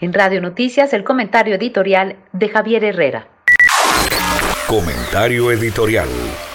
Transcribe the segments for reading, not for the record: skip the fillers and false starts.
En Radio Noticias, el comentario editorial de Javier Herrera. Comentario editorial.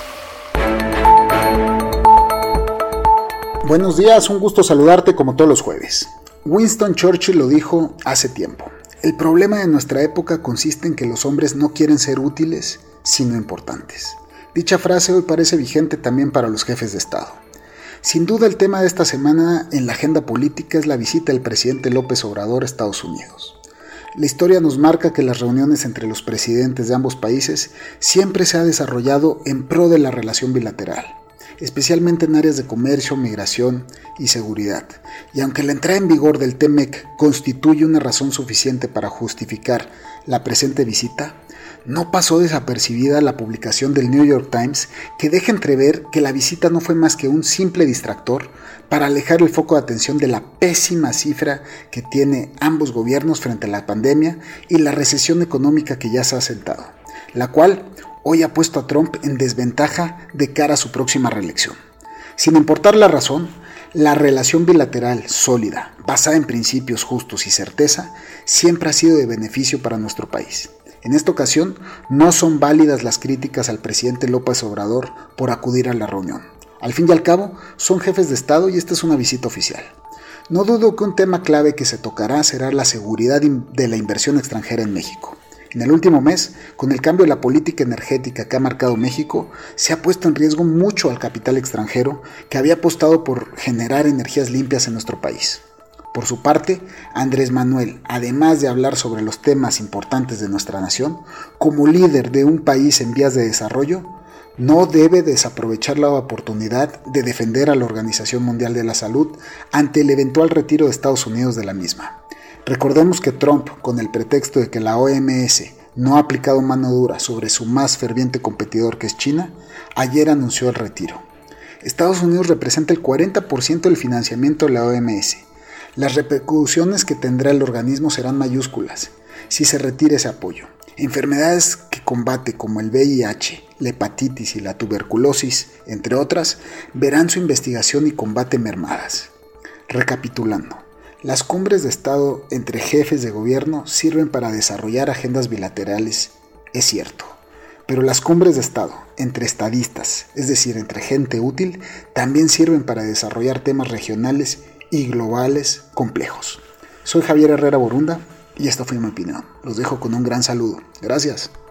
Buenos días, un gusto saludarte como todos los jueves. Winston Churchill lo dijo hace tiempo. El problema de nuestra época consiste en que los hombres no quieren ser útiles, sino importantes. Dicha frase hoy parece vigente también para los jefes de Estado. Sin duda el tema de esta semana en la agenda política es la visita del presidente López Obrador a Estados Unidos. La historia nos marca que las reuniones entre los presidentes de ambos países siempre se ha desarrollado en pro de la relación bilateral, especialmente en áreas de comercio, migración y seguridad. Y aunque la entrada en vigor del TEMEC constituye una razón suficiente para justificar la presente visita, no pasó desapercibida la publicación del New York Times que deja entrever que la visita no fue más que un simple distractor para alejar el foco de atención de la pésima cifra que tiene ambos gobiernos frente a la pandemia y la recesión económica que ya se ha asentado, la cual hoy ha puesto a Trump en desventaja de cara a su próxima reelección. Sin importar la razón, la relación bilateral sólida, basada en principios justos y certeza, siempre ha sido de beneficio para nuestro país. En esta ocasión, no son válidas las críticas al presidente López Obrador por acudir a la reunión. Al fin y al cabo, son jefes de Estado y esta es una visita oficial. No dudo que un tema clave que se tocará será la seguridad de la inversión extranjera en México. En el último mes, con el cambio de la política energética que ha marcado México, se ha puesto en riesgo mucho al capital extranjero que había apostado por generar energías limpias en nuestro país. Por su parte, Andrés Manuel, además de hablar sobre los temas importantes de nuestra nación, como líder de un país en vías de desarrollo, no debe desaprovechar la oportunidad de defender a la Organización Mundial de la Salud ante el eventual retiro de Estados Unidos de la misma. Recordemos que Trump, con el pretexto de que la OMS no ha aplicado mano dura sobre su más ferviente competidor que es China, ayer anunció el retiro. Estados Unidos representa el 40% del financiamiento de la OMS. Las repercusiones que tendrá el organismo serán mayúsculas si se retira ese apoyo. Enfermedades que combate como el VIH, la hepatitis y la tuberculosis, entre otras, verán su investigación y combate mermadas. Recapitulando, las cumbres de Estado entre jefes de gobierno sirven para desarrollar agendas bilaterales, es cierto, pero las cumbres de Estado entre estadistas, es decir, entre gente útil, también sirven para desarrollar temas regionales y globales complejos. Soy Javier Herrera Borunda y esta fue mi opinión. Los dejo con un gran saludo. Gracias.